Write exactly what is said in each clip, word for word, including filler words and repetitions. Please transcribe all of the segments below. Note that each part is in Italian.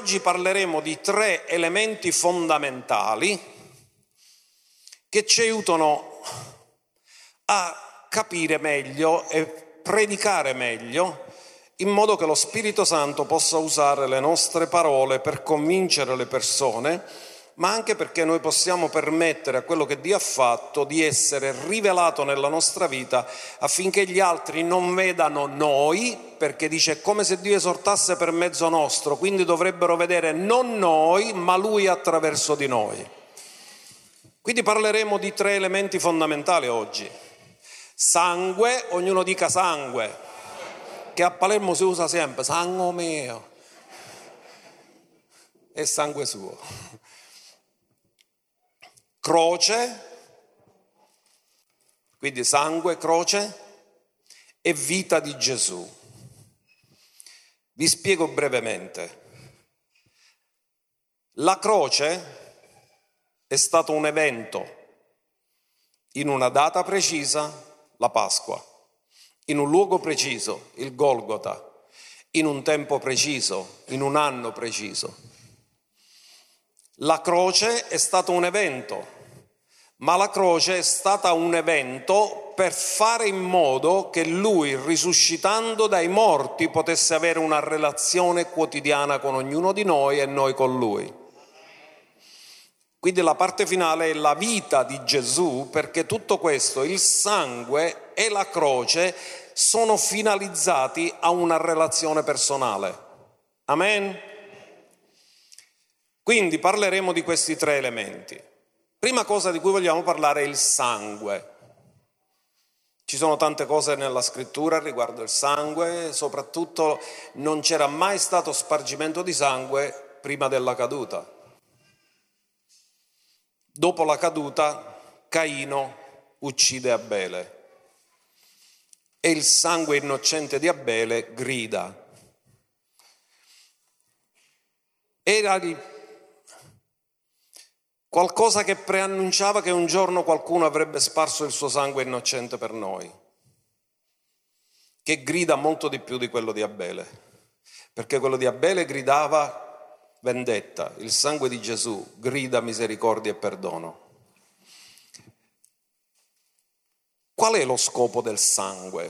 oggi parleremo di tre elementi fondamentali che ci aiutano a capire meglio e predicare meglio, in modo che lo Spirito Santo possa usare le nostre parole per convincere le persone, ma anche perché noi possiamo permettere a quello che Dio ha fatto di essere rivelato nella nostra vita, affinché gli altri non vedano noi, perché dice è come se Dio esortasse per mezzo nostro, quindi dovrebbero vedere non noi, ma Lui attraverso di noi. Quindi parleremo di tre elementi fondamentali oggi. Sangue, ognuno dica sangue, che a Palermo si usa sempre, sangue mio, e sangue suo. Croce, quindi sangue, croce e vita di Gesù. Vi spiego brevemente. La croce è stato un evento in una data precisa, la Pasqua, in un luogo preciso, il Golgota, in un tempo preciso, in un anno preciso. La croce è stato un evento, ma la croce è stata un evento per fare in modo che Lui, risuscitando dai morti, potesse avere una relazione quotidiana con ognuno di noi e noi con Lui. Quindi la parte finale è la vita di Gesù, perché tutto questo, il sangue e la croce, sono finalizzati a una relazione personale. Amen? Quindi parleremo di questi tre elementi. Prima cosa di cui vogliamo parlare è il sangue. Ci sono tante cose nella scrittura riguardo il sangue, soprattutto non c'era mai stato spargimento di sangue prima della caduta. Dopo la caduta, Caino uccide Abele e il sangue innocente di Abele grida. Era il qualcosa che preannunciava che un giorno qualcuno avrebbe sparso il suo sangue innocente per noi, che grida molto di più di quello di Abele, perché quello di Abele gridava vendetta, il sangue di Gesù grida misericordia e perdono. Qual è lo scopo del sangue?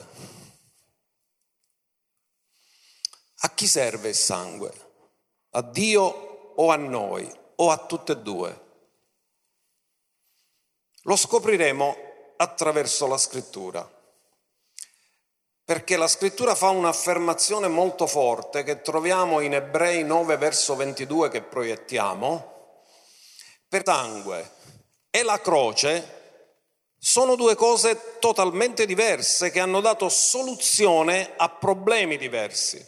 A chi serve il sangue? A Dio o a noi? O a tutte e due? Lo scopriremo attraverso la scrittura, perché la scrittura fa un'affermazione molto forte che troviamo in Ebrei nove verso ventidue, che proiettiamo. Per sangue e la croce sono due cose totalmente diverse che hanno dato soluzione a problemi diversi.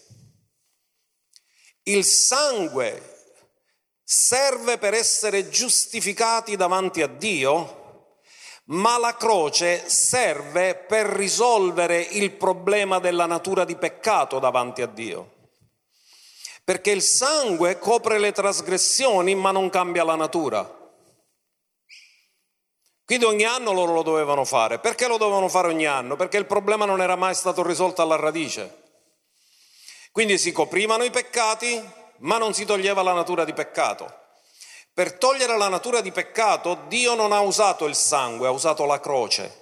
Il sangue serve per essere giustificati davanti a Dio, ma la croce serve per risolvere il problema della natura di peccato davanti a Dio. Perché il sangue copre le trasgressioni, ma non cambia la natura. Quindi ogni anno loro lo dovevano fare. Perché lo dovevano fare ogni anno? Perché il problema non era mai stato risolto alla radice. Quindi si coprivano i peccati, ma non si toglieva la natura di peccato. Per togliere la natura di peccato, Dio non ha usato il sangue, ha usato la croce.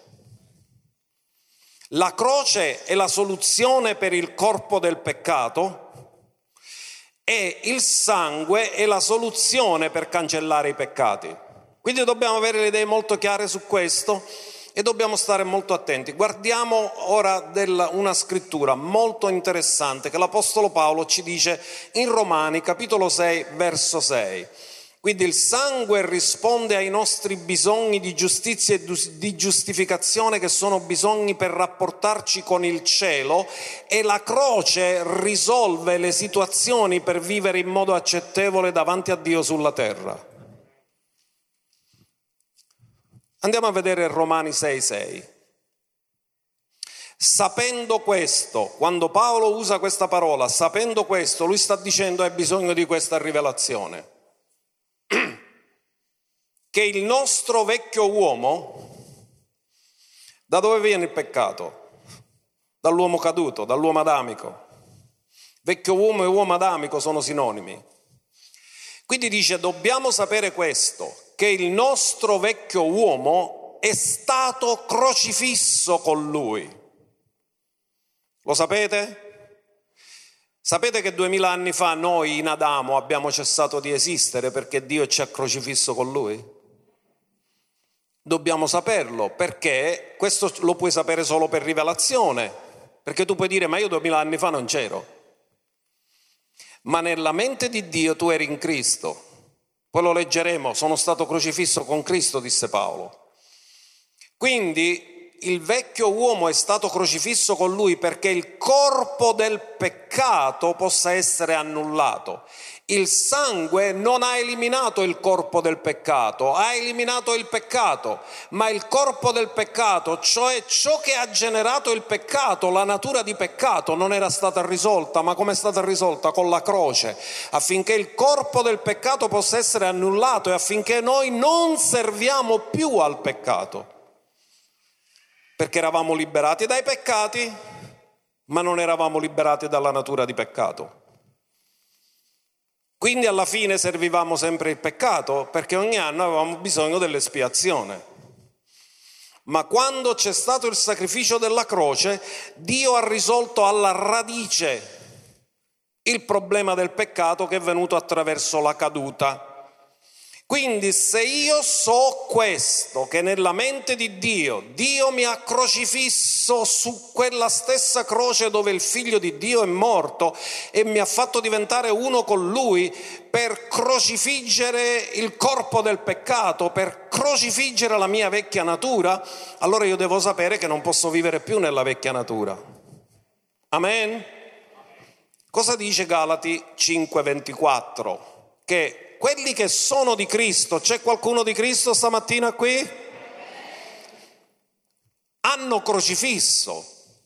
La croce è la soluzione per il corpo del peccato e il sangue è la soluzione per cancellare i peccati. Quindi dobbiamo avere le idee molto chiare su questo e dobbiamo stare molto attenti. Guardiamo ora della, una scrittura molto interessante che l'Apostolo Paolo ci dice in Romani, capitolo sei, verso sei. Quindi il sangue risponde ai nostri bisogni di giustizia e di giustificazione, che sono bisogni per rapportarci con il cielo, e la croce risolve le situazioni per vivere in modo accettevole davanti a Dio sulla terra. Andiamo a vedere Romani sei sei. Sapendo questo, quando Paolo usa questa parola, sapendo questo, lui sta dicendo hai bisogno di questa rivelazione. Che il nostro vecchio uomo, da dove viene il peccato? Dall'uomo caduto, dall'uomo adamico. Vecchio uomo e uomo adamico sono sinonimi. Quindi dice, dobbiamo sapere questo, che il nostro vecchio uomo è stato crocifisso con lui. Lo sapete? Sapete che duemila anni fa noi in Adamo abbiamo cessato di esistere perché Dio ci ha crocifisso con lui? Dobbiamo saperlo, perché questo lo puoi sapere solo per rivelazione, perché tu puoi dire, ma io duemila anni fa non c'ero. Ma nella mente di Dio tu eri in Cristo. Poi lo leggeremo, sono stato crocifisso con Cristo, disse Paolo. Quindi il vecchio uomo è stato crocifisso con lui perché il corpo del peccato possa essere annullato. Il sangue non ha eliminato il corpo del peccato, ha eliminato il peccato, ma il corpo del peccato, cioè ciò che ha generato il peccato, la natura di peccato, non era stata risolta. Ma come è stata risolta? Con la croce, affinché il corpo del peccato possa essere annullato e affinché noi non serviamo più al peccato. Perché eravamo liberati dai peccati, ma non eravamo liberati dalla natura di peccato. Quindi alla fine servivamo sempre il peccato, perché ogni anno avevamo bisogno dell'espiazione. Ma quando c'è stato il sacrificio della croce, Dio ha risolto alla radice il problema del peccato che è venuto attraverso la caduta. Quindi se io so questo, che nella mente di Dio, Dio mi ha crocifisso su quella stessa croce dove il Figlio di Dio è morto e mi ha fatto diventare uno con Lui per crocifiggere il corpo del peccato, per crocifiggere la mia vecchia natura, allora io devo sapere che non posso vivere più nella vecchia natura. Amen? Cosa dice Galati cinque ventiquattro? Che quelli che sono di Cristo, c'è qualcuno di Cristo stamattina qui? Hanno crocifisso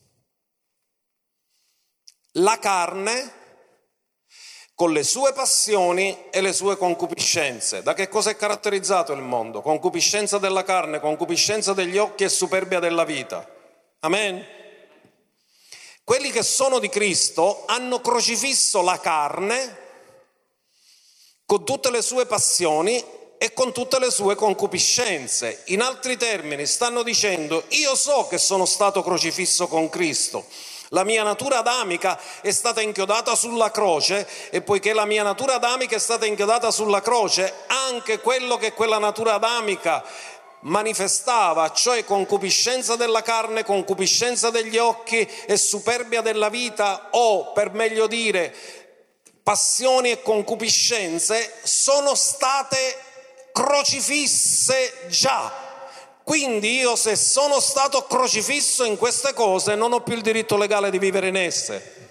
la carne con le sue passioni e le sue concupiscenze. Da che cosa è caratterizzato il mondo? Concupiscenza della carne, concupiscenza degli occhi e superbia della vita. Amen? Quelli che sono di Cristo hanno crocifisso la carne con tutte le sue passioni e con tutte le sue concupiscenze. In altri termini, stanno dicendo, io so che sono stato crocifisso con Cristo. La mia natura adamica è stata inchiodata sulla croce e poiché la mia natura adamica è stata inchiodata sulla croce, anche quello che quella natura adamica manifestava, cioè concupiscenza della carne, concupiscenza degli occhi e superbia della vita, o per meglio dire passioni e concupiscenze, sono state crocifisse già. Quindi io, se sono stato crocifisso in queste cose, non ho più il diritto legale di vivere in esse.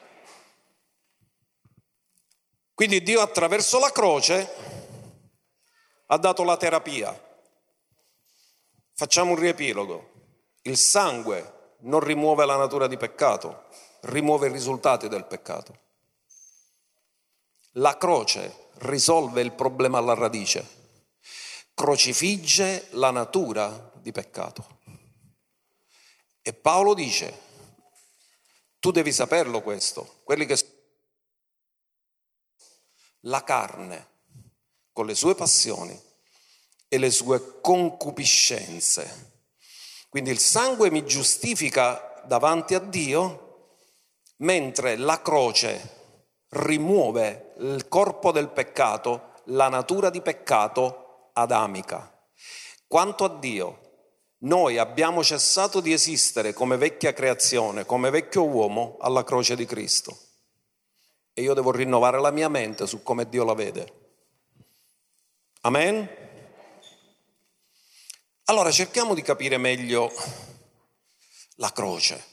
Quindi Dio attraverso la croce ha dato la terapia. Facciamo un riepilogo. Il sangue non rimuove la natura di peccato, rimuove i risultati del peccato. La croce risolve il problema alla radice, crocifigge la natura di peccato. E Paolo dice, tu devi saperlo questo, quelli che la carne con le sue passioni e le sue concupiscenze. Quindi il sangue mi giustifica davanti a Dio, mentre la croce rimuove il corpo del peccato, la natura di peccato adamica. Quanto a Dio, noi abbiamo cessato di esistere come vecchia creazione, come vecchio uomo alla croce di Cristo. E io devo rinnovare la mia mente su come Dio la vede. Amen? Allora cerchiamo di capire meglio la croce.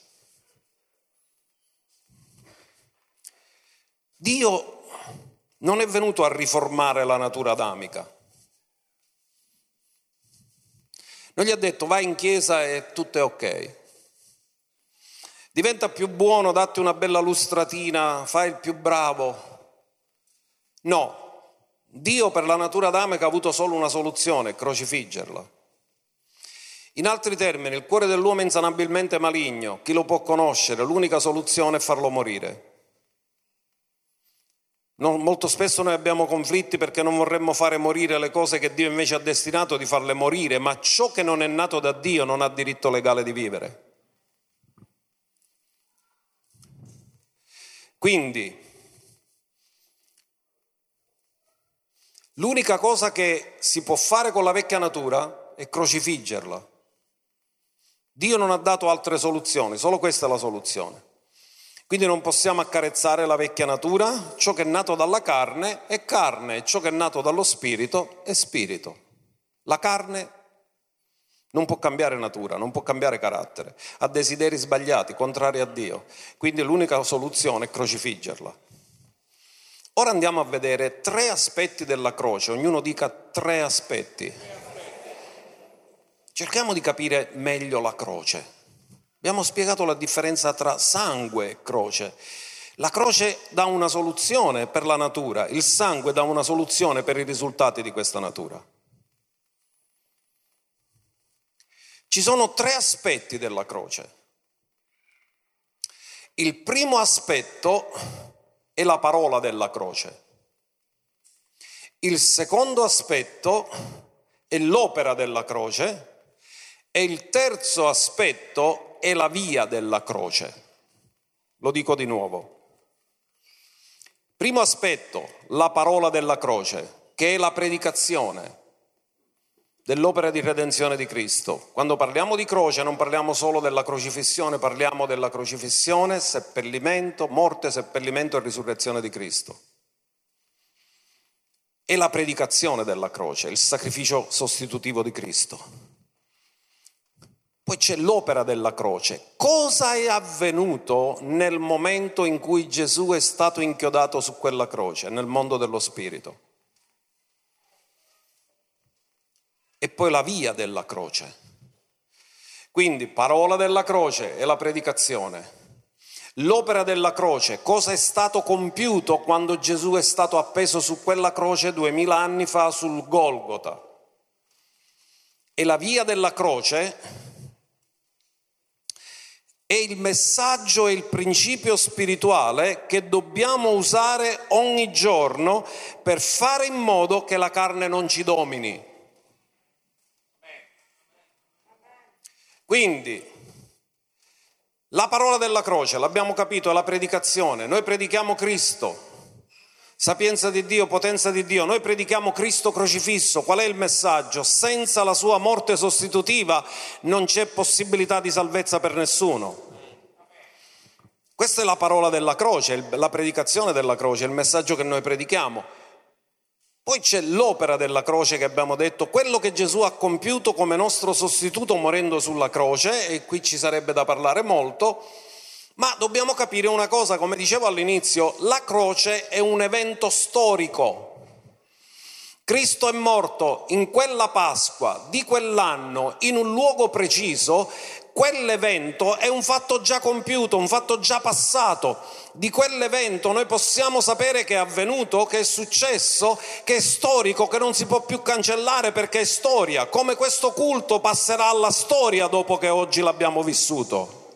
Dio non è venuto a riformare la natura adamica. Non gli ha detto vai in chiesa e tutto è ok. Diventa più buono, datti una bella lustratina, fai il più bravo. No, Dio per la natura adamica ha avuto solo una soluzione, crocifiggerla. In altri termini, il cuore dell'uomo è insanabilmente maligno, chi lo può conoscere? L'unica soluzione è farlo morire. Non, molto spesso noi abbiamo conflitti perché non vorremmo fare morire le cose che Dio invece ha destinato di farle morire, ma ciò che non è nato da Dio non ha diritto legale di vivere. Quindi, l'unica cosa che si può fare con la vecchia natura è crocifiggerla. Dio non ha dato altre soluzioni, solo questa è la soluzione. Quindi non possiamo accarezzare la vecchia natura, ciò che è nato dalla carne è carne, e ciò che è nato dallo spirito è spirito. La carne non può cambiare natura, non può cambiare carattere, ha desideri sbagliati, contrari a Dio. Quindi l'unica soluzione è crocifiggerla. Ora andiamo a vedere tre aspetti della croce, ognuno dica tre aspetti. Cerchiamo di capire meglio la croce. Abbiamo spiegato la differenza tra sangue e croce. La croce dà una soluzione per la natura, il sangue dà una soluzione per i risultati di questa natura. Ci sono tre aspetti della croce. Il primo aspetto è la parola della croce. Il secondo aspetto è l'opera della croce e il terzo aspetto è la via della croce. Lo dico di nuovo. Primo aspetto, la parola della croce, che è la predicazione dell'opera di redenzione di Cristo. Quando parliamo di croce non parliamo solo della crocifissione, parliamo della crocifissione, seppellimento, morte, seppellimento e risurrezione di Cristo. È la predicazione della croce, il sacrificio sostitutivo di Cristo. Poi c'è l'opera della croce. Cosa è avvenuto nel momento in cui Gesù è stato inchiodato su quella croce, nel mondo dello spirito? E poi la via della croce. Quindi parola della croce è la predicazione. L'opera della croce, cosa è stato compiuto quando Gesù è stato appeso su quella croce duemila anni fa sul Golgota. E la via della croce è il messaggio e il principio spirituale che dobbiamo usare ogni giorno per fare in modo che la carne non ci domini. Quindi, la parola della croce, l'abbiamo capito, è la predicazione. Noi predichiamo Cristo, sapienza di Dio, potenza di Dio. Noi predichiamo Cristo crocifisso. Qual è il messaggio? Senza la sua morte sostitutiva non c'è possibilità di salvezza per nessuno. Questa è la parola della croce, la predicazione della croce, il messaggio che noi predichiamo. Poi c'è l'opera della croce che abbiamo detto, quello che Gesù ha compiuto come nostro sostituto morendo sulla croce, e qui ci sarebbe da parlare molto, ma dobbiamo capire una cosa, come dicevo all'inizio, la croce è un evento storico. Cristo è morto in quella Pasqua di quell'anno, in un luogo preciso. Quell'evento è un fatto già compiuto, un fatto già passato. Di quell'evento noi possiamo sapere che è avvenuto, che è successo, che è storico, che non si può più cancellare perché è storia. Come questo culto passerà alla storia dopo che oggi l'abbiamo vissuto.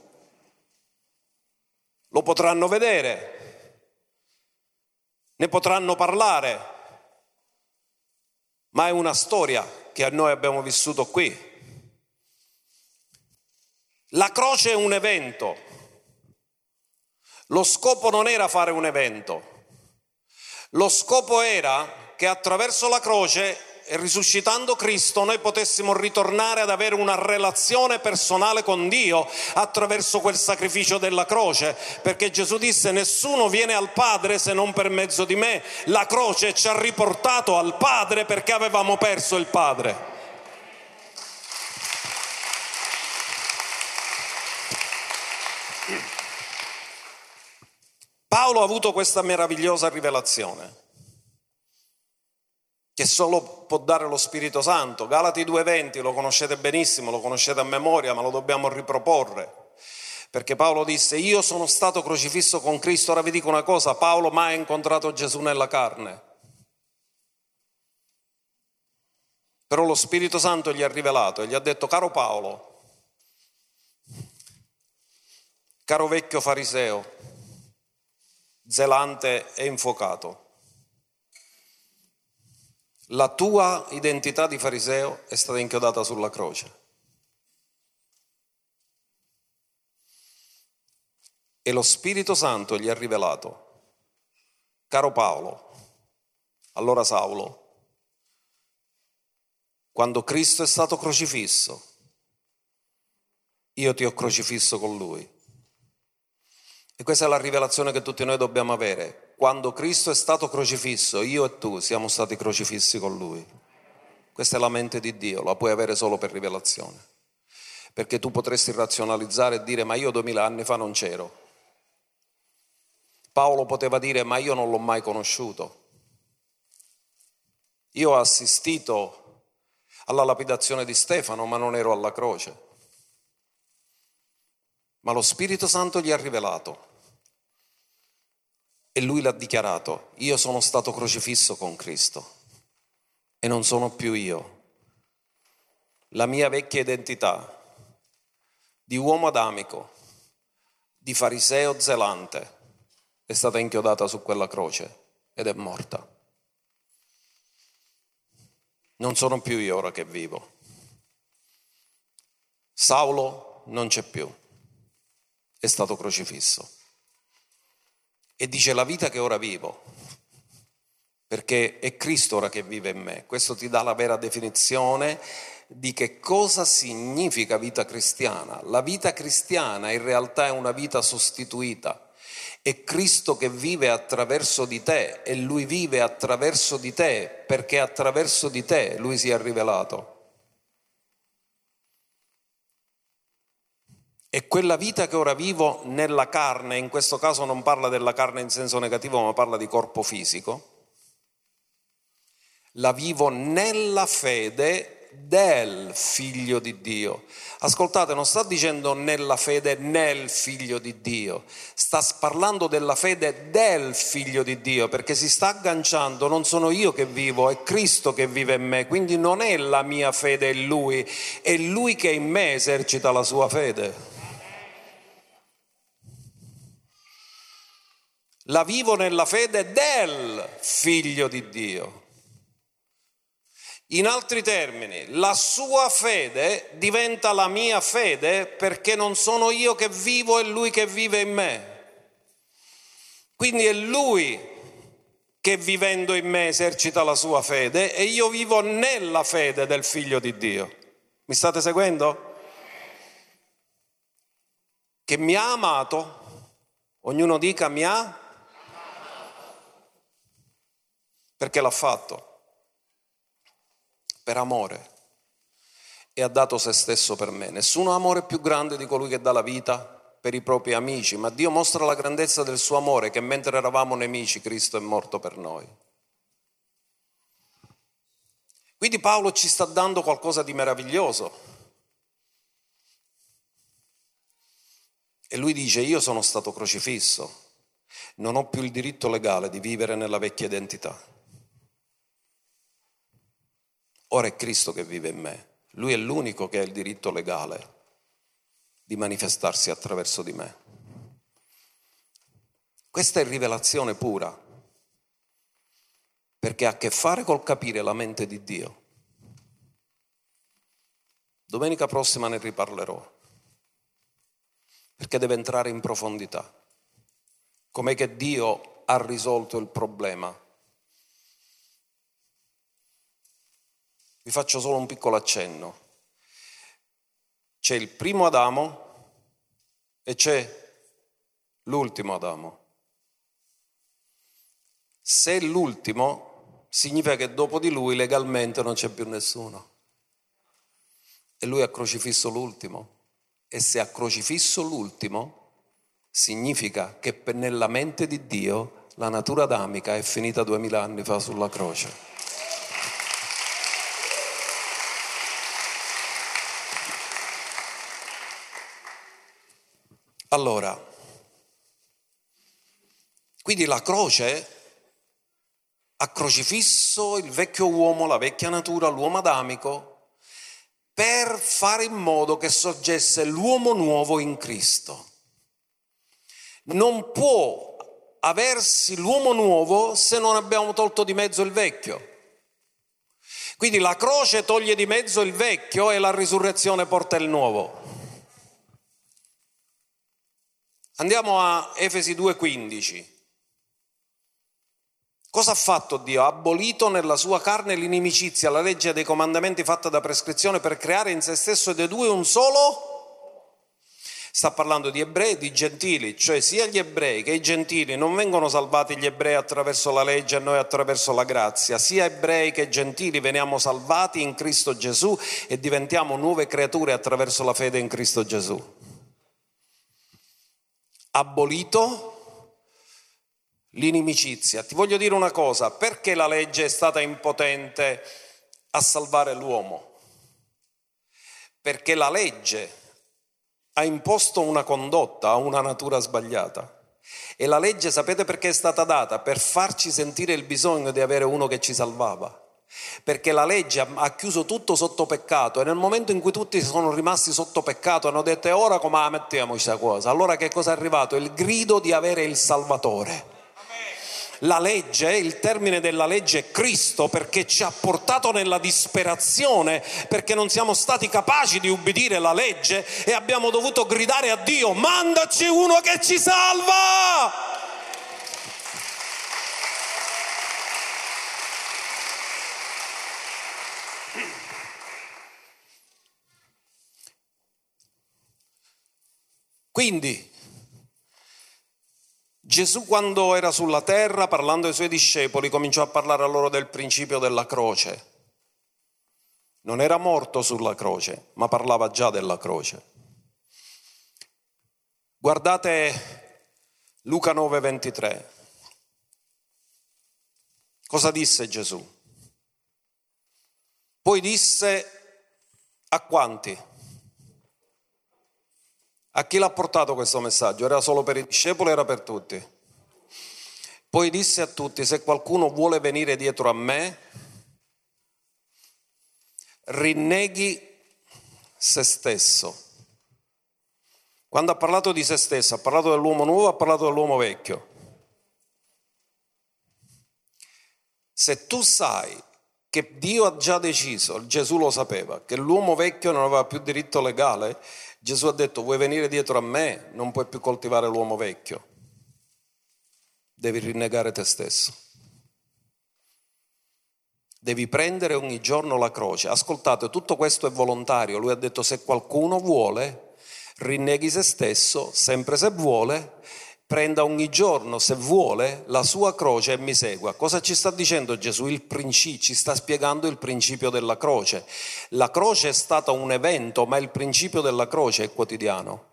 Lo potranno vedere, ne potranno parlare, ma è una storia che noi abbiamo vissuto qui. La croce è un evento. Lo scopo non era fare un evento. Lo scopo era che attraverso la croce, risuscitando Cristo, noi potessimo ritornare ad avere una relazione personale con Dio attraverso quel sacrificio della croce, perché Gesù disse: nessuno viene al Padre se non per mezzo di me. La croce ci ha riportato al Padre perché avevamo perso il Padre. Paolo ha avuto questa meravigliosa rivelazione che solo può dare lo Spirito Santo. Galati due venti, lo conoscete benissimo, lo conoscete a memoria, ma lo dobbiamo riproporre, perché Paolo disse: io sono stato crocifisso con Cristo. Ora vi dico una cosa, Paolo mai ha incontrato Gesù nella carne, però lo Spirito Santo gli ha rivelato e gli ha detto: caro Paolo, caro vecchio fariseo, zelante e infuocato, La tua identità di fariseo è stata inchiodata sulla croce. E lo Spirito Santo gli ha rivelato: caro Paolo, allora Saulo, quando Cristo è stato crocifisso, io ti ho crocifisso con Lui. E questa è la rivelazione che tutti noi dobbiamo avere. Quando Cristo è stato crocifisso, io e tu siamo stati crocifissi con Lui. Questa è la mente di Dio, la puoi avere solo per rivelazione. Perché tu potresti razionalizzare e dire: ma io duemila anni fa non c'ero. Paolo poteva dire: ma io non l'ho mai conosciuto. Io ho assistito alla lapidazione di Stefano, ma non ero alla croce. Ma lo Spirito Santo gli ha rivelato e lui l'ha dichiarato: io sono stato crocifisso con Cristo e non sono più io. La mia vecchia identità di uomo adamico, di fariseo zelante, è stata inchiodata su quella croce ed è morta. Non sono più io ora che vivo. Saulo non c'è più, è stato crocifisso. E dice: la vita che ora vivo, perché è Cristo ora che vive in me. Questo ti dà la vera definizione di che cosa significa vita cristiana. La vita cristiana in realtà è una vita sostituita. È Cristo che vive attraverso di te e Lui vive attraverso di te perché attraverso di te Lui si è rivelato. E quella vita che ora vivo nella carne, in questo caso non parla della carne in senso negativo, ma parla di corpo fisico, la vivo nella fede del Figlio di Dio. Ascoltate, non sta dicendo nella fede nel Figlio di Dio, sta parlando della fede del Figlio di Dio, perché si sta agganciando: non sono io che vivo, è Cristo che vive in me, quindi non è la mia fede in Lui, è Lui che in me esercita la sua fede. La vivo nella fede del Figlio di Dio. In altri termini, la sua fede diventa la mia fede perché non sono io che vivo, è Lui che vive in me. Quindi è Lui che vivendo in me esercita la sua fede e io vivo nella fede del Figlio di Dio. Mi state seguendo? Che mi ha amato, ognuno dica mi ha, perché l'ha fatto. Per amore, e ha dato se stesso per me. Nessuno amore più grande di colui che dà la vita per i propri amici, ma Dio mostra la grandezza del suo amore, che mentre eravamo nemici Cristo è morto per noi. Quindi Paolo ci sta dando qualcosa di meraviglioso e lui dice: io sono stato crocifisso, non ho più il diritto legale di vivere nella vecchia identità. Ora è Cristo che vive in me. Lui è l'unico che ha il diritto legale di manifestarsi attraverso di me. Questa è rivelazione pura, perché ha a che fare col capire la mente di Dio. Domenica prossima ne riparlerò, perché deve entrare in profondità. Com'è che Dio ha risolto il problema? Vi faccio solo un piccolo accenno. C'è il primo Adamo e c'è l'ultimo Adamo. Se è l'ultimo, significa che dopo di lui legalmente non c'è più nessuno. E lui ha crocifisso l'ultimo. E se ha crocifisso l'ultimo, significa che nella mente di Dio la natura adamica è finita duemila anni fa sulla croce. Allora, quindi la croce ha crocifisso il vecchio uomo, la vecchia natura, l'uomo adamico, per fare in modo che sorgesse l'uomo nuovo in Cristo. Non può aversi l'uomo nuovo se non abbiamo tolto di mezzo il vecchio. Quindi la croce toglie di mezzo il vecchio e la risurrezione porta il nuovo. Andiamo a Efesi due quindici. Cosa ha fatto Dio? Ha abolito nella sua carne l'inimicizia, la legge dei comandamenti fatta da prescrizione per creare in se stesso e dei due un solo. Sta parlando di ebrei e di gentili, cioè sia gli ebrei che i gentili. Non vengono salvati gli ebrei attraverso la legge e noi attraverso la grazia. Sia ebrei che gentili veniamo salvati in Cristo Gesù e diventiamo nuove creature attraverso la fede in Cristo Gesù. Abolito l'inimicizia. Ti voglio dire una cosa, perché la legge è stata impotente a salvare l'uomo? Perché la legge ha imposto una condotta a una natura sbagliata. E la legge, sapete perché è stata data? Per farci sentire il bisogno di avere uno che ci salvava. Perché la legge ha chiuso tutto sotto peccato e nel momento in cui tutti sono rimasti sotto peccato hanno detto: e ora come la mettiamo questa cosa? Allora che cosa è arrivato? Il grido di avere il Salvatore. La legge, il termine della legge è Cristo, perché ci ha portato nella disperazione, perché non siamo stati capaci di ubbidire la legge e abbiamo dovuto gridare a Dio: mandaci uno che ci salva! Quindi Gesù, quando era sulla terra, parlando ai suoi discepoli, cominciò a parlare a loro del principio della croce. Non era morto sulla croce, ma parlava già della croce. Guardate Luca nove ventitré. Cosa disse Gesù? Poi disse a quanti? A chi l'ha portato questo messaggio? Era solo per i discepoli o era per tutti? Poi disse a tutti: se qualcuno vuole venire dietro a me, rinneghi se stesso. Quando ha parlato di se stesso, ha parlato dell'uomo nuovo, ha parlato dell'uomo vecchio. Se tu sai che Dio ha già deciso, Gesù lo sapeva, che l'uomo vecchio non aveva più diritto legale, Gesù ha detto: vuoi venire dietro a me? Non puoi più coltivare l'uomo vecchio. Devi rinnegare te stesso. Devi prendere ogni giorno la croce. Ascoltate, tutto questo è volontario. Lui ha detto: se qualcuno vuole, rinneghi se stesso, sempre se vuole, prenda ogni giorno, se vuole, la sua croce e mi segua. Cosa ci sta dicendo Gesù? Il principio, ci sta spiegando il principio della croce. La croce è stata un evento, ma il principio della croce è quotidiano.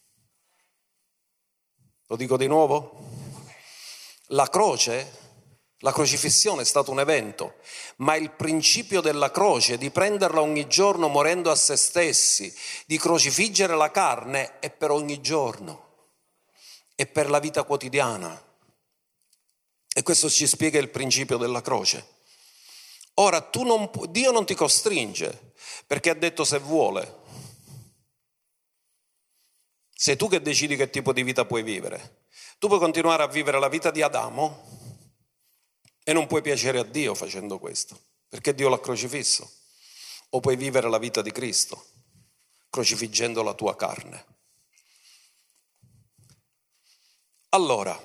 Lo dico di nuovo? La croce, la crocifissione è stato un evento, ma il principio della croce, di prenderla ogni giorno morendo a se stessi, di crocifiggere la carne, è per ogni giorno. E per la vita quotidiana. E questo ci spiega il principio della croce. Ora, tu non pu- Dio non ti costringe, perché ha detto se vuole. Sei tu che decidi che tipo di vita puoi vivere. Tu puoi continuare a vivere la vita di Adamo e non puoi piacere a Dio facendo questo, perché Dio l'ha crocifisso. O puoi vivere la vita di Cristo, crocifiggendo la tua carne. Allora,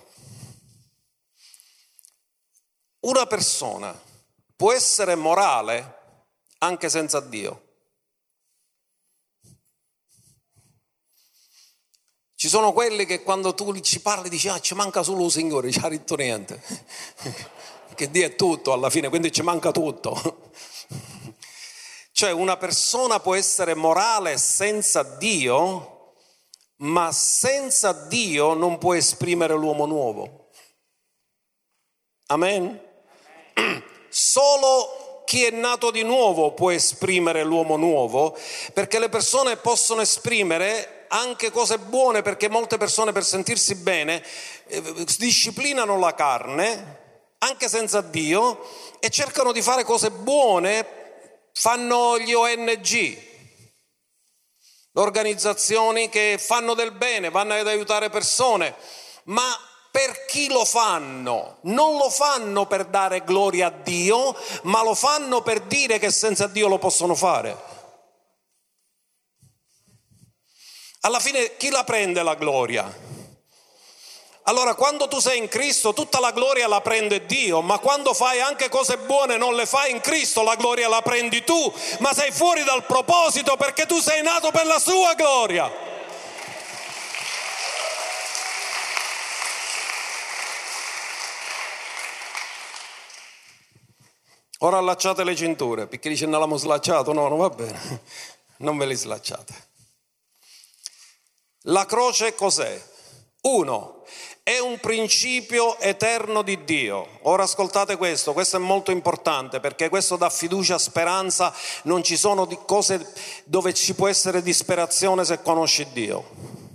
una persona può essere morale anche senza Dio. Ci sono quelli che quando tu ci parli dici: ah, ci manca solo il Signore, ci ha detto niente. Che Dio è tutto alla fine, quindi ci manca tutto. Cioè, una persona può essere morale senza Dio, ma senza Dio non può esprimere l'uomo nuovo. Amen? Solo chi è nato di nuovo può esprimere l'uomo nuovo, perché le persone possono esprimere anche cose buone, perché molte persone, per sentirsi bene, eh, disciplinano la carne anche senza Dio e cercano di fare cose buone, fanno gli O N G, organizzazioni che fanno del bene, vanno ad aiutare persone, ma per chi lo fanno. Non lo fanno per dare gloria a Dio, ma lo fanno per dire che senza Dio lo possono fare. Alla fine chi la prende la gloria? Allora, quando tu sei in Cristo, tutta la gloria la prende Dio, ma quando fai anche cose buone non le fai in Cristo, la gloria la prendi tu, ma sei fuori dal proposito perché tu sei nato per la sua gloria. Ora allacciate le cinture, perché dice non l'abbiamo slacciato, no, non va bene, non ve le slacciate. La croce cos'è? Uno, è un principio eterno di Dio. Ora ascoltate questo, questo è molto importante perché questo dà fiducia, speranza, non ci sono cose dove ci può essere disperazione se conosci Dio.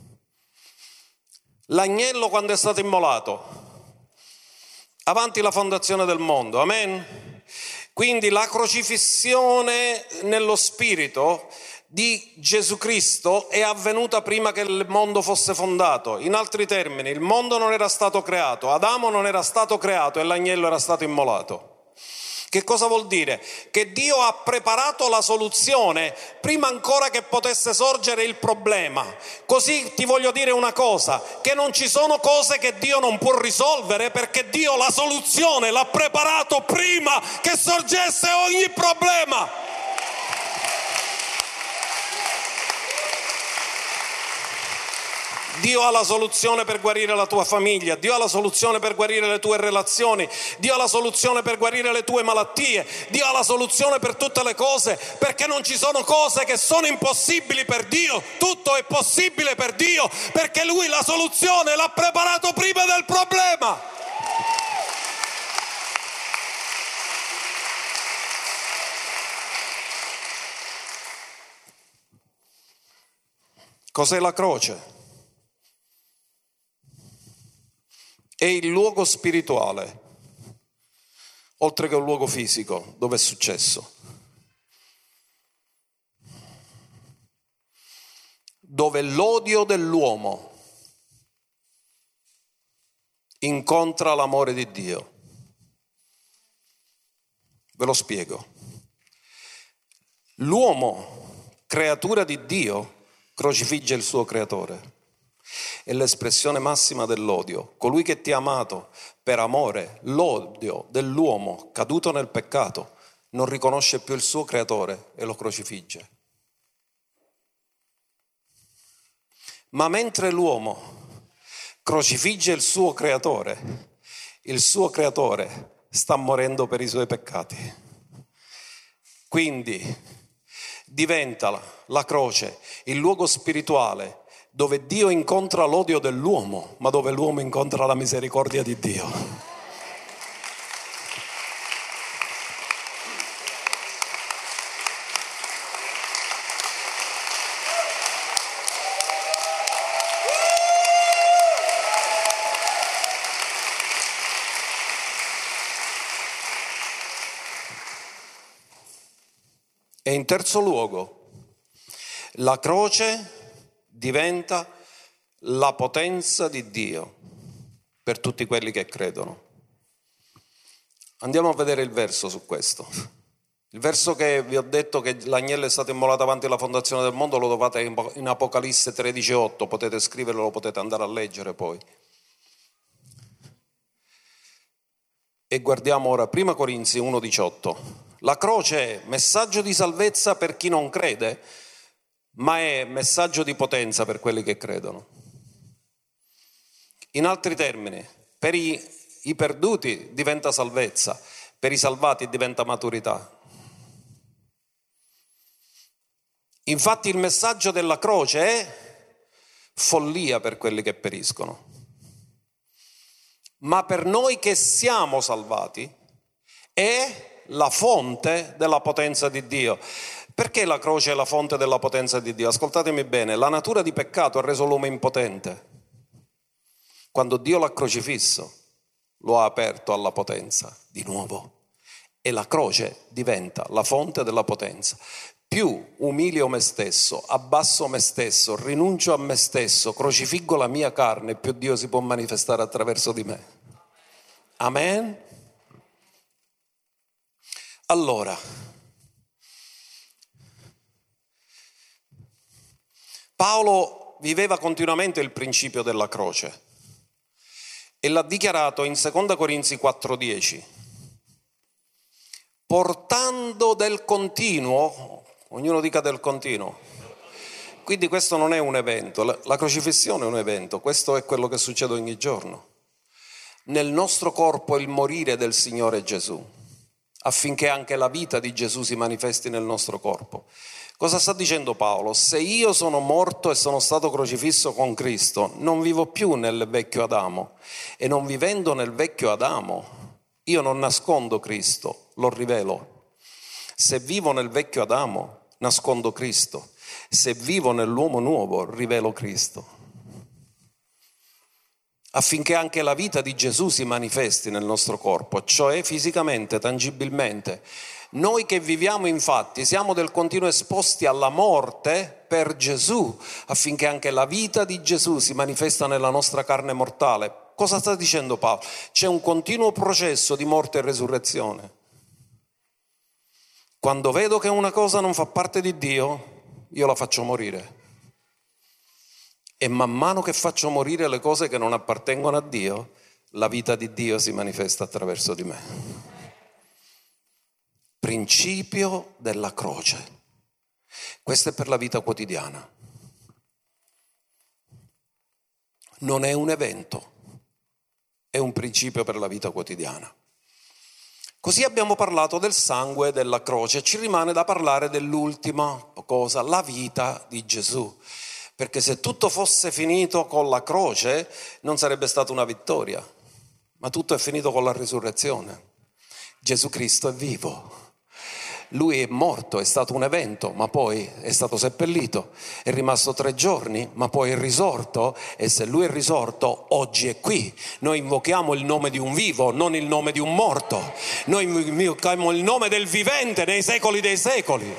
L'agnello quando è stato immolato, avanti la fondazione del mondo, amen? Quindi la crocifissione nello spirito di Gesù Cristo è avvenuta prima che il mondo fosse fondato. In altri termini, il mondo non era stato creato, Adamo non era stato creato e l'agnello era stato immolato. Che cosa vuol dire? Che Dio ha preparato la soluzione prima ancora che potesse sorgere il problema. Così ti voglio dire una cosa, che non ci sono cose che Dio non può risolvere perché Dio la soluzione l'ha preparato prima che sorgesse ogni problema. Dio ha la soluzione per guarire la tua famiglia, Dio ha la soluzione per guarire le tue relazioni, Dio ha la soluzione per guarire le tue malattie, Dio ha la soluzione per tutte le cose, perché non ci sono cose che sono impossibili per Dio, tutto è possibile per Dio, perché Lui la soluzione l'ha preparato prima del problema. Cos'è la croce? È il luogo spirituale, oltre che un luogo fisico, dove è successo. Dove l'odio dell'uomo incontra l'amore di Dio. Ve lo spiego. L'uomo, creatura di Dio, crocifigge il suo creatore. È l'espressione massima dell'odio. Colui che ti ha amato per amore, l'odio dell'uomo caduto nel peccato, non riconosce più il suo creatore e lo crocifigge. Ma mentre l'uomo crocifigge il suo creatore, il suo creatore sta morendo per i suoi peccati. Quindi diventa la croce il luogo spirituale dove Dio incontra l'odio dell'uomo, ma dove l'uomo incontra la misericordia di Dio. E in terzo luogo, la croce diventa la potenza di Dio per tutti quelli che credono. Andiamo a vedere il verso su questo. Il verso che vi ho detto che l'agnello è stato immolato avanti la fondazione del mondo lo trovate in Apocalisse tredici otto, potete scriverlo, lo potete andare a leggere poi. E guardiamo ora prima Corinzi uno diciotto. La croce è messaggio di salvezza per chi non crede, ma è messaggio di potenza per quelli che credono. In altri termini, per i, i perduti diventa salvezza, per i salvati diventa maturità. Infatti il messaggio della croce è follia per quelli che periscono, ma per noi che siamo salvati è la fonte della potenza di Dio. Perché la croce è la fonte della potenza di Dio? Ascoltatemi bene, la natura di peccato ha reso l'uomo impotente. Quando Dio l'ha crocifisso, lo ha aperto alla potenza di nuovo. E la croce diventa la fonte della potenza. più umilio me stesso, abbasso me stesso, rinuncio a me stesso, crocifiggo la mia carne, più Dio si può manifestare attraverso di me. Amen? Allora, Paolo viveva continuamente il principio della croce e l'ha dichiarato in seconda Corinzi quattro dieci. Portando del continuo, ognuno dica del continuo. Quindi questo non è un evento, la crocifissione è un evento, questo è quello che succede ogni giorno. Nel nostro corpo il morire del Signore Gesù, affinché anche la vita di Gesù si manifesti nel nostro corpo. Cosa sta dicendo Paolo? Se io sono morto e sono stato crocifisso con Cristo, non vivo più nel vecchio Adamo, e non vivendo nel vecchio Adamo, io non nascondo Cristo, lo rivelo. Se vivo nel vecchio Adamo, nascondo Cristo. Se vivo nell'uomo nuovo, rivelo Cristo. Affinché anche la vita di Gesù si manifesti nel nostro corpo, cioè fisicamente, tangibilmente. Noi che viviamo infatti siamo del continuo esposti alla morte per Gesù, affinché anche la vita di Gesù si manifesta nella nostra carne mortale. Cosa sta dicendo Paolo? C'è un continuo processo di morte e resurrezione. Quando vedo che una cosa non fa parte di Dio, io la faccio morire. E man mano che faccio morire le cose che non appartengono a Dio, la vita di Dio si manifesta attraverso di me. Principio della croce. Questo è per la vita quotidiana. Non è un evento, è un principio per la vita quotidiana. Così abbiamo parlato del sangue e della croce, ci rimane da parlare dell'ultima cosa, la vita di Gesù. Perché se tutto fosse finito con la croce non sarebbe stata una vittoria, ma tutto è finito con la risurrezione. Gesù Cristo è vivo. Lui è morto, è stato un evento, ma poi è stato seppellito, è rimasto tre giorni, ma poi è risorto, e se lui è risorto, oggi è qui. Noi invochiamo il nome di un vivo, non il nome di un morto. Noi invochiamo il nome del vivente nei secoli dei secoli.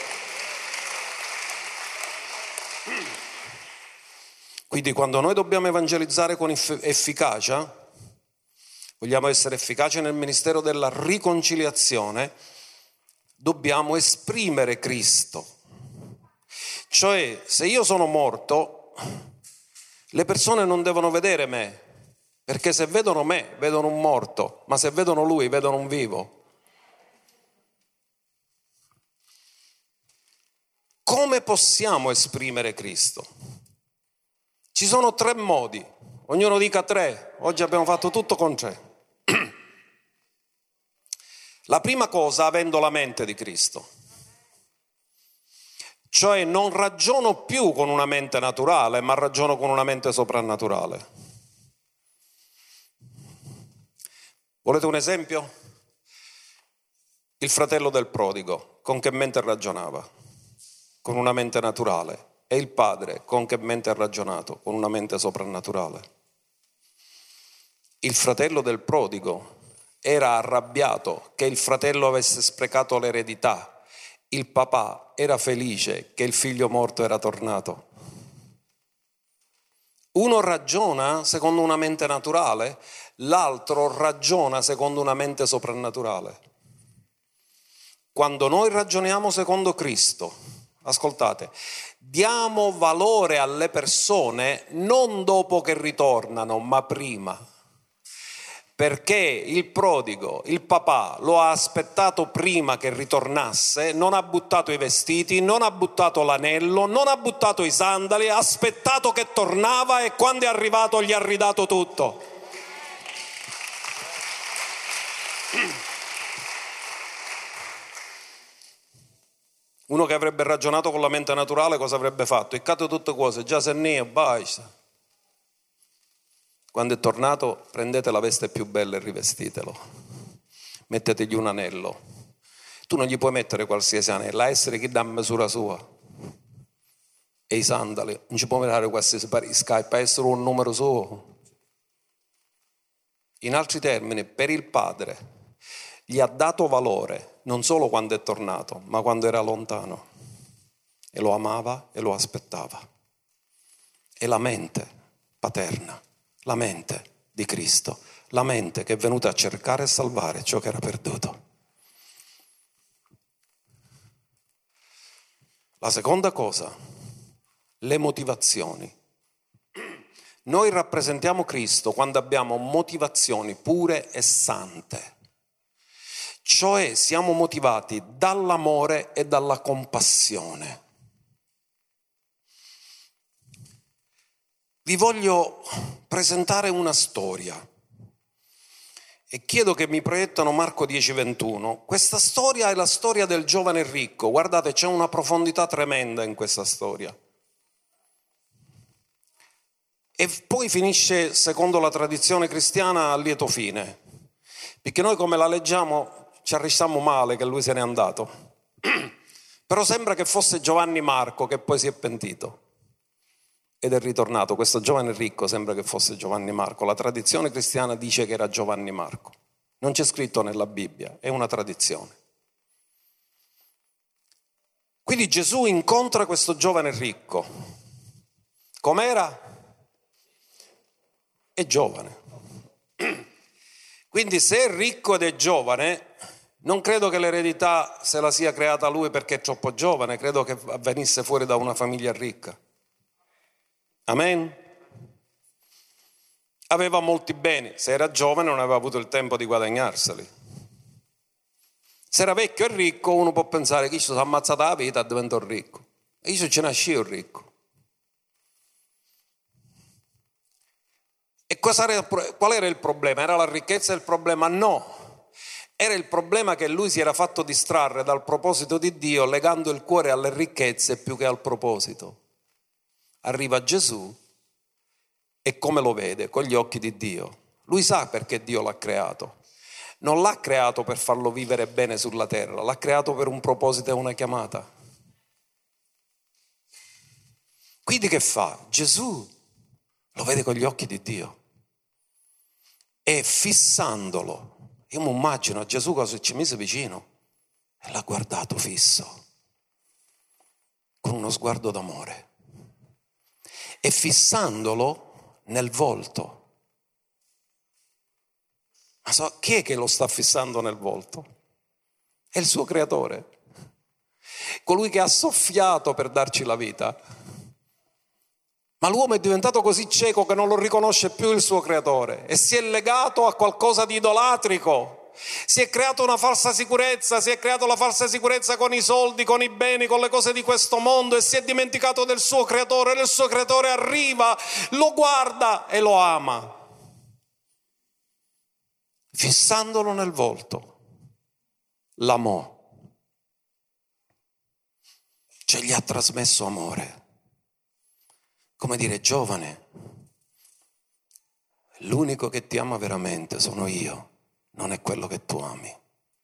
Quindi quando noi dobbiamo evangelizzare con efficacia, vogliamo essere efficaci nel ministero della riconciliazione, dobbiamo esprimere Cristo. Cioè, se io sono morto, le persone non devono vedere me, perché se vedono me, vedono un morto, ma se vedono lui, vedono un vivo. Come possiamo esprimere Cristo? Ci sono tre modi, ognuno dica tre, oggi abbiamo fatto tutto con tre. La prima cosa, avendo la mente di Cristo, cioè non ragiono più con una mente naturale, ma ragiono con una mente soprannaturale. Volete un esempio? Il fratello del prodigo, con che mente ragionava? Con una mente naturale. E il padre, con che mente ha ragionato? Con una mente soprannaturale. Il fratello del prodigo era arrabbiato che il fratello avesse sprecato l'eredità. Il papà era felice che il figlio morto era tornato. Uno ragiona secondo una mente naturale, l'altro ragiona secondo una mente soprannaturale. Quando noi ragioniamo secondo Cristo, ascoltate, diamo valore alle persone non dopo che ritornano, ma prima. Perché il prodigo, il papà, lo ha aspettato prima che ritornasse, non ha buttato i vestiti, non ha buttato l'anello, non ha buttato i sandali, ha aspettato che tornava e quando è arrivato gli ha ridato tutto. Uno che avrebbe ragionato con la mente naturale cosa avrebbe fatto? Iccato tutte cose, già se ne è, basta. Quando è tornato prendete la veste più bella e rivestitelo, mettetegli un anello. Tu non gli puoi mettere qualsiasi anello, a essere chi dà misura sua. E i sandali, non ci può mettere qualsiasi Skype, a essere un numero suo. In altri termini, per il padre gli ha dato valore non solo quando è tornato, ma quando era lontano. e lo amava e lo aspettava. È la mente paterna, la mente di Cristo, la mente che è venuta a cercare e salvare ciò che era perduto. La seconda cosa, le motivazioni. Noi rappresentiamo Cristo quando abbiamo motivazioni pure e sante, cioè siamo motivati dall'amore e dalla compassione. Vi voglio presentare una storia e chiedo che mi proiettano Marco dieci ventuno. Questa storia è la storia del giovane ricco. Guardate, c'è una profondità tremenda in questa storia. E poi finisce, secondo la tradizione cristiana, a lieto fine, perché noi come la leggiamo ci arrestiamo male che lui se n'è andato. Però sembra che fosse Giovanni Marco che poi si è pentito ed è ritornato. Questo giovane ricco sembra che fosse Giovanni Marco. La tradizione cristiana dice che era Giovanni Marco. Non c'è scritto nella Bibbia, è una tradizione. Quindi Gesù incontra questo giovane ricco. Com'era? È giovane. Quindi se è ricco ed è giovane, non credo che l'eredità se la sia creata lui perché è troppo giovane, credo che venisse fuori da una famiglia ricca. Amen? Aveva molti beni, se era giovane non aveva avuto il tempo di guadagnarseli. Se era vecchio e ricco uno può pensare che io sono ammazzato la vita e divento ricco. E io ci nascevo ricco. E cosa era, qual era il problema? Era la ricchezza il problema? No. Era il problema che lui si era fatto distrarre dal proposito di Dio legando il cuore alle ricchezze più che al proposito. Arriva Gesù e come lo vede? Con gli occhi di Dio. Lui sa perché Dio l'ha creato. Non l'ha creato per farlo vivere bene sulla terra, l'ha creato per un proposito e una chiamata. Quindi che fa? Gesù lo vede con gli occhi di Dio e fissandolo, io mi immagino a Gesù cosa ci mise vicino e l'ha guardato fisso, con uno sguardo d'amore. E fissandolo nel volto. Ma so, chi è che lo sta fissando nel volto? È il suo creatore, colui che ha soffiato per darci la vita. Ma l'uomo è diventato così cieco che non lo riconosce più il suo creatore e si è legato a qualcosa di idolatrico. Si è creato una falsa sicurezza, si è creato la falsa sicurezza con i soldi, con i beni, con le cose di questo mondo e si è dimenticato del suo creatore. E il suo creatore arriva, lo guarda e lo ama, fissandolo nel volto, l'amò, cioè gli ha trasmesso amore. Come dire, giovane, l'unico che ti ama veramente sono io. Non è quello che tu ami.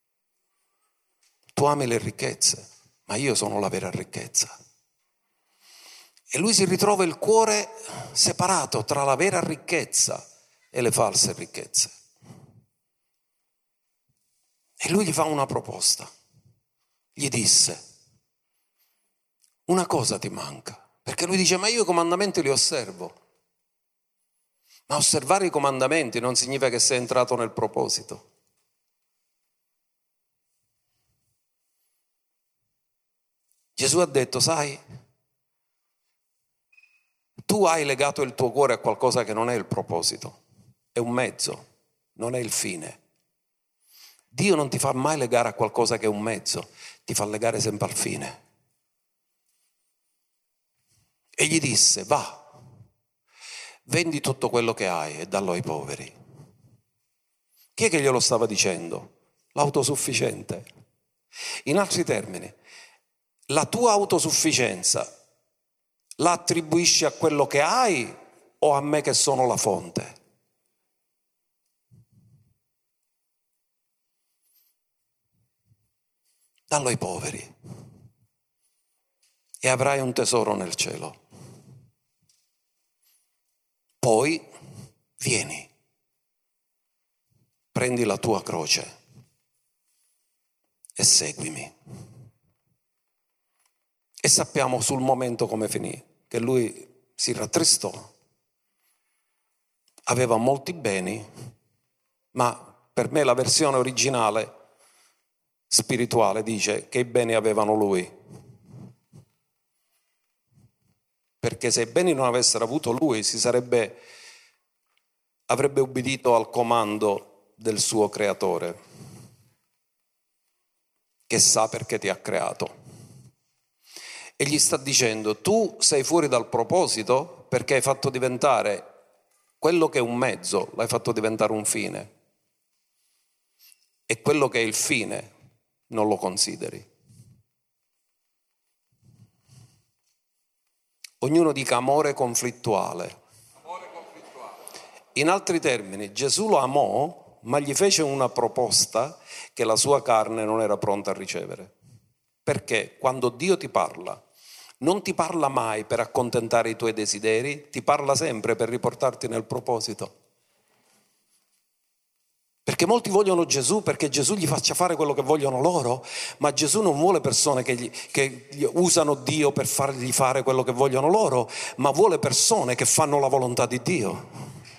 Tu ami le ricchezze, ma io sono la vera ricchezza. E lui si ritrova il cuore separato tra la vera ricchezza e le false ricchezze. E lui gli fa una proposta. Gli disse, una cosa ti manca. Perché lui dice, ma io i comandamenti li osservo. Ma osservare i comandamenti non significa che sei entrato nel proposito. Gesù ha detto, sai, tu hai legato il tuo cuore a qualcosa che non è il proposito, è un mezzo, non è il fine. Dio non ti fa mai legare a qualcosa che è un mezzo, ti fa legare sempre al fine. E gli disse, va. Vendi tutto quello che hai e dallo ai poveri. Chi è che glielo stava dicendo? L'autosufficiente. In altri termini, la tua autosufficienza la attribuisci a quello che hai o a me che sono la fonte? Dallo ai poveri e avrai un tesoro nel cielo. Poi vieni, prendi la tua croce e seguimi. E sappiamo sul momento come finì, che lui si rattristò, aveva molti beni, ma per me la versione originale spirituale dice che i beni avevano lui. Perché se i beni non avessero avuto lui, si sarebbe, avrebbe ubbidito al comando del suo creatore, che sa perché ti ha creato. E gli sta dicendo: tu sei fuori dal proposito perché hai fatto diventare quello che è un mezzo, l'hai fatto diventare un fine. E quello che è il fine non lo consideri. Ognuno dica amore conflittuale. Amore conflittuale. In altri termini, Gesù lo amò, ma gli fece una proposta che la sua carne non era pronta a ricevere. Perché quando Dio ti parla, non ti parla mai per accontentare i tuoi desideri, ti parla sempre per riportarti nel proposito. Perché molti vogliono Gesù perché Gesù gli faccia fare quello che vogliono loro, ma Gesù non vuole persone che, gli, che gli usano Dio per fargli fare quello che vogliono loro, ma vuole persone che fanno la volontà di Dio.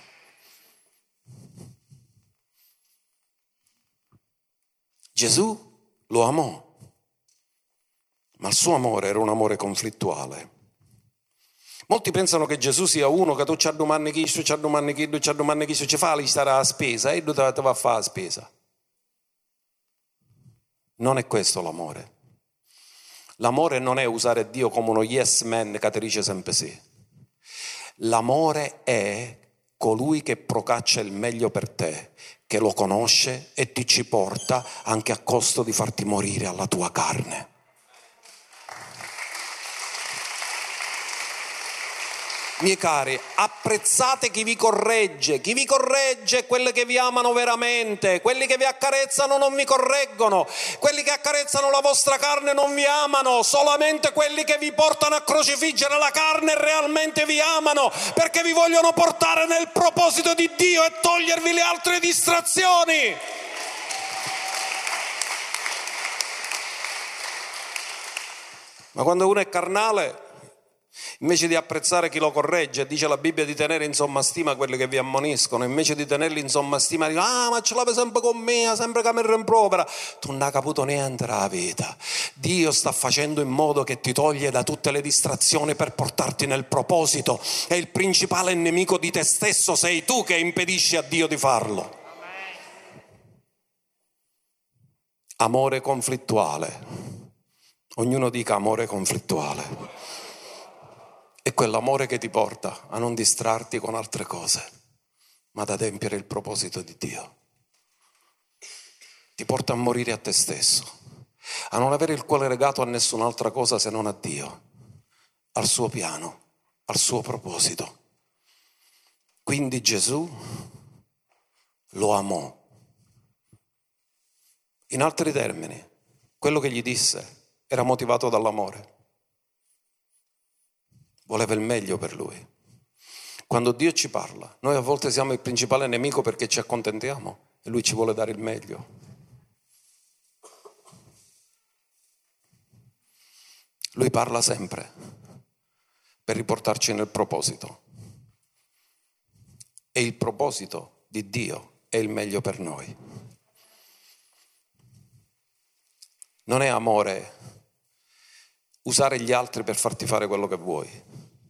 Gesù lo amò, ma il suo amore era un amore conflittuale. Molti pensano che Gesù sia uno che tu c'ha domani questo, c'ha domani quello, c'ha domani questo, ci fa, gli starà la spesa e tu te va a fare la spesa. Non è questo l'amore. L'amore non è usare Dio come uno yes man che ti dice sempre sì. L'amore è colui che procaccia il meglio per te, che lo conosce e ti ci porta anche a costo di farti morire alla tua carne. Miei cari, apprezzate chi vi corregge. Chi vi corregge è quelli che vi amano veramente. Quelli che vi accarezzano non vi correggono. Quelli che accarezzano la vostra carne non vi amano. Solamente quelli che vi portano a crocifiggere la carne realmente vi amano, perché vi vogliono portare nel proposito di Dio e togliervi le altre distrazioni. Ma quando uno è carnale, invece di apprezzare chi lo corregge, dice la Bibbia di tenere in somma stima quelli che vi ammoniscono, invece di tenerli in somma stima dice: ah, ma ce l'aveva sempre con me, sempre che mi rimprovera. Tu non hai capito niente della vita. Dio sta facendo in modo che ti toglie da tutte le distrazioni per portarti nel proposito, e il principale nemico di te stesso sei tu che impedisci a Dio di farlo. Amore conflittuale. Ognuno dica amore conflittuale. È quell'amore che ti porta a non distrarti con altre cose, ma ad adempiere il proposito di Dio. Ti porta a morire a te stesso, a non avere il cuore legato a nessun'altra cosa se non a Dio, al suo piano, al suo proposito. Quindi Gesù lo amò. In altri termini, quello che gli disse era motivato dall'amore. Voleva il meglio per lui. Quando Dio ci parla, noi a volte siamo il principale nemico perché ci accontentiamo e lui ci vuole dare il meglio. Lui parla sempre per riportarci nel proposito. E il proposito di Dio è il meglio per noi. Non è amore usare gli altri per farti fare quello che vuoi.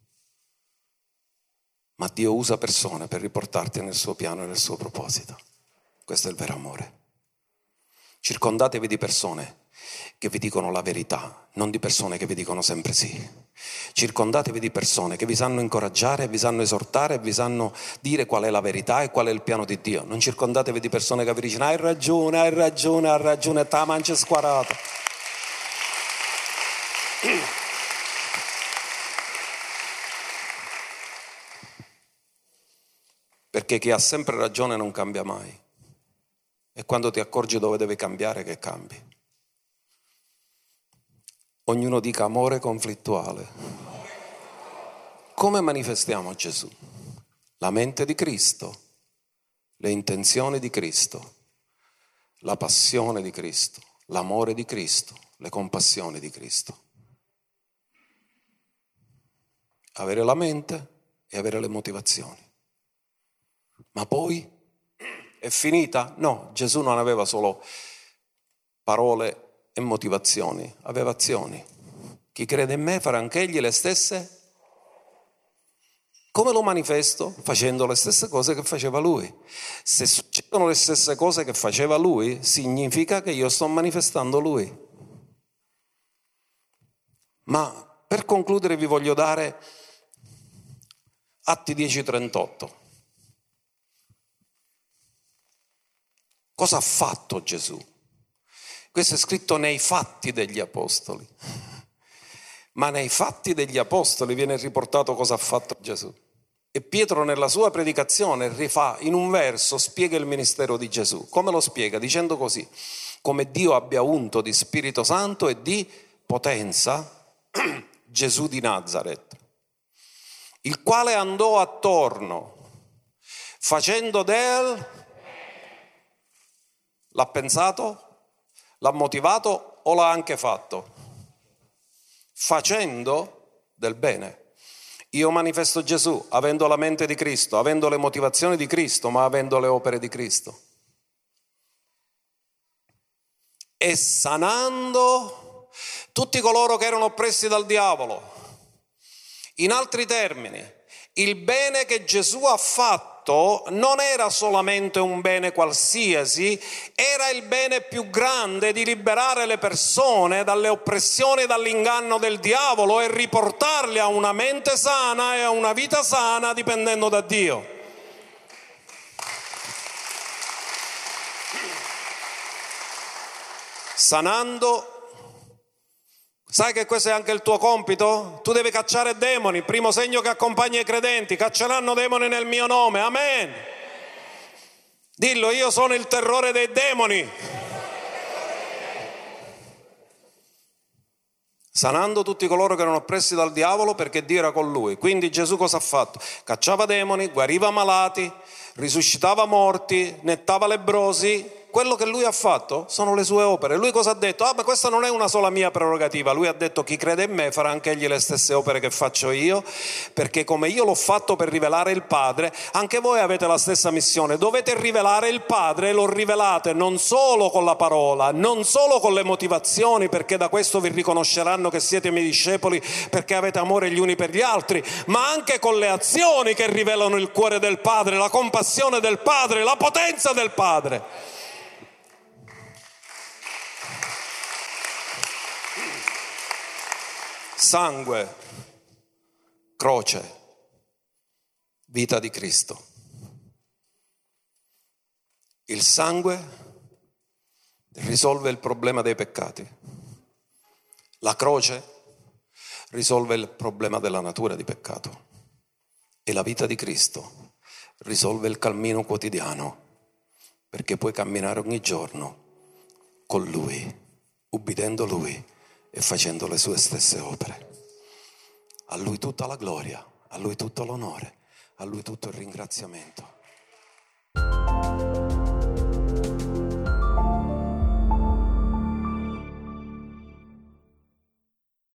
Ma Dio usa persone per riportarti nel suo piano e nel suo proposito. Questo è il vero amore. Circondatevi di persone che vi dicono la verità, non di persone che vi dicono sempre sì. Circondatevi di persone che vi sanno incoraggiare, vi sanno esortare, vi sanno dire qual è la verità e qual è il piano di Dio. Non circondatevi di persone che vi dicono hai ragione, hai ragione, hai ragione, te la mancia squarata. Perché chi ha sempre ragione non cambia mai. E quando ti accorgi dove devi cambiare, che cambi. Ognuno dica amore conflittuale. Come manifestiamo Gesù? La mente di Cristo, le intenzioni di Cristo, la passione di Cristo, l'amore di Cristo, le compassioni di Cristo. avere la mente e avere le motivazioni. Ma poi è finita? No, Gesù non aveva solo parole e motivazioni, aveva azioni. Chi crede in me farà anch'egli le stesse. Come lo manifesto? Facendo le stesse cose che faceva lui. Se succedono le stesse cose che faceva lui, significa che io sto manifestando lui. Ma per concludere vi voglio dare Atti dieci trentotto. Cosa ha fatto Gesù? Questo è scritto nei Fatti degli Apostoli. Ma nei Fatti degli Apostoli viene riportato cosa ha fatto Gesù. E Pietro nella sua predicazione rifà in un verso, spiega il ministero di Gesù. Come lo spiega? Dicendo così: come Dio abbia unto di Spirito Santo e di potenza Gesù di Nazaret, il quale andò attorno facendo del... L'ha pensato? L'ha motivato o l'ha anche fatto? Facendo del bene. Io manifesto Gesù avendo la mente di Cristo, avendo le motivazioni di Cristo, ma avendo le opere di Cristo. E sanando tutti coloro che erano oppressi dal diavolo. In altri termini, il bene che Gesù ha fatto non era solamente un bene qualsiasi, era il bene più grande di liberare le persone dalle oppressioni e dall'inganno del diavolo e riportarli a una mente sana e a una vita sana dipendendo da Dio. Sanando. Sai che questo è anche il tuo compito? Tu devi cacciare demoni, primo segno che accompagna i credenti: cacceranno demoni nel mio nome, amen. Dillo: io sono il terrore dei demoni. Sanando tutti coloro che erano oppressi dal diavolo, perché Dio era con lui. Quindi Gesù cosa ha fatto? Cacciava demoni, guariva malati, risuscitava morti, nettava lebbrosi. Quello che lui ha fatto sono le sue opere. Lui cosa ha detto? Ah, ma questa non è una sola mia prerogativa. Lui ha detto: chi crede in me farà anche egli le stesse opere che faccio io, perché come io l'ho fatto per rivelare il Padre, anche voi avete la stessa missione. Dovete rivelare il Padre, e lo rivelate non solo con la parola, non solo con le motivazioni, perché da questo vi riconosceranno che siete i miei discepoli, perché avete amore gli uni per gli altri, ma anche con le azioni che rivelano il cuore del Padre, la compassione del Padre, la potenza del Padre. Sangue, croce, vita di Cristo. Il sangue risolve il problema dei peccati. La croce risolve il problema della natura di peccato. E la vita di Cristo risolve il cammino quotidiano, perché puoi camminare ogni giorno con Lui, ubbidendo Lui e facendo le sue stesse opere. A Lui tutta la gloria, a Lui tutto l'onore, a Lui tutto il ringraziamento.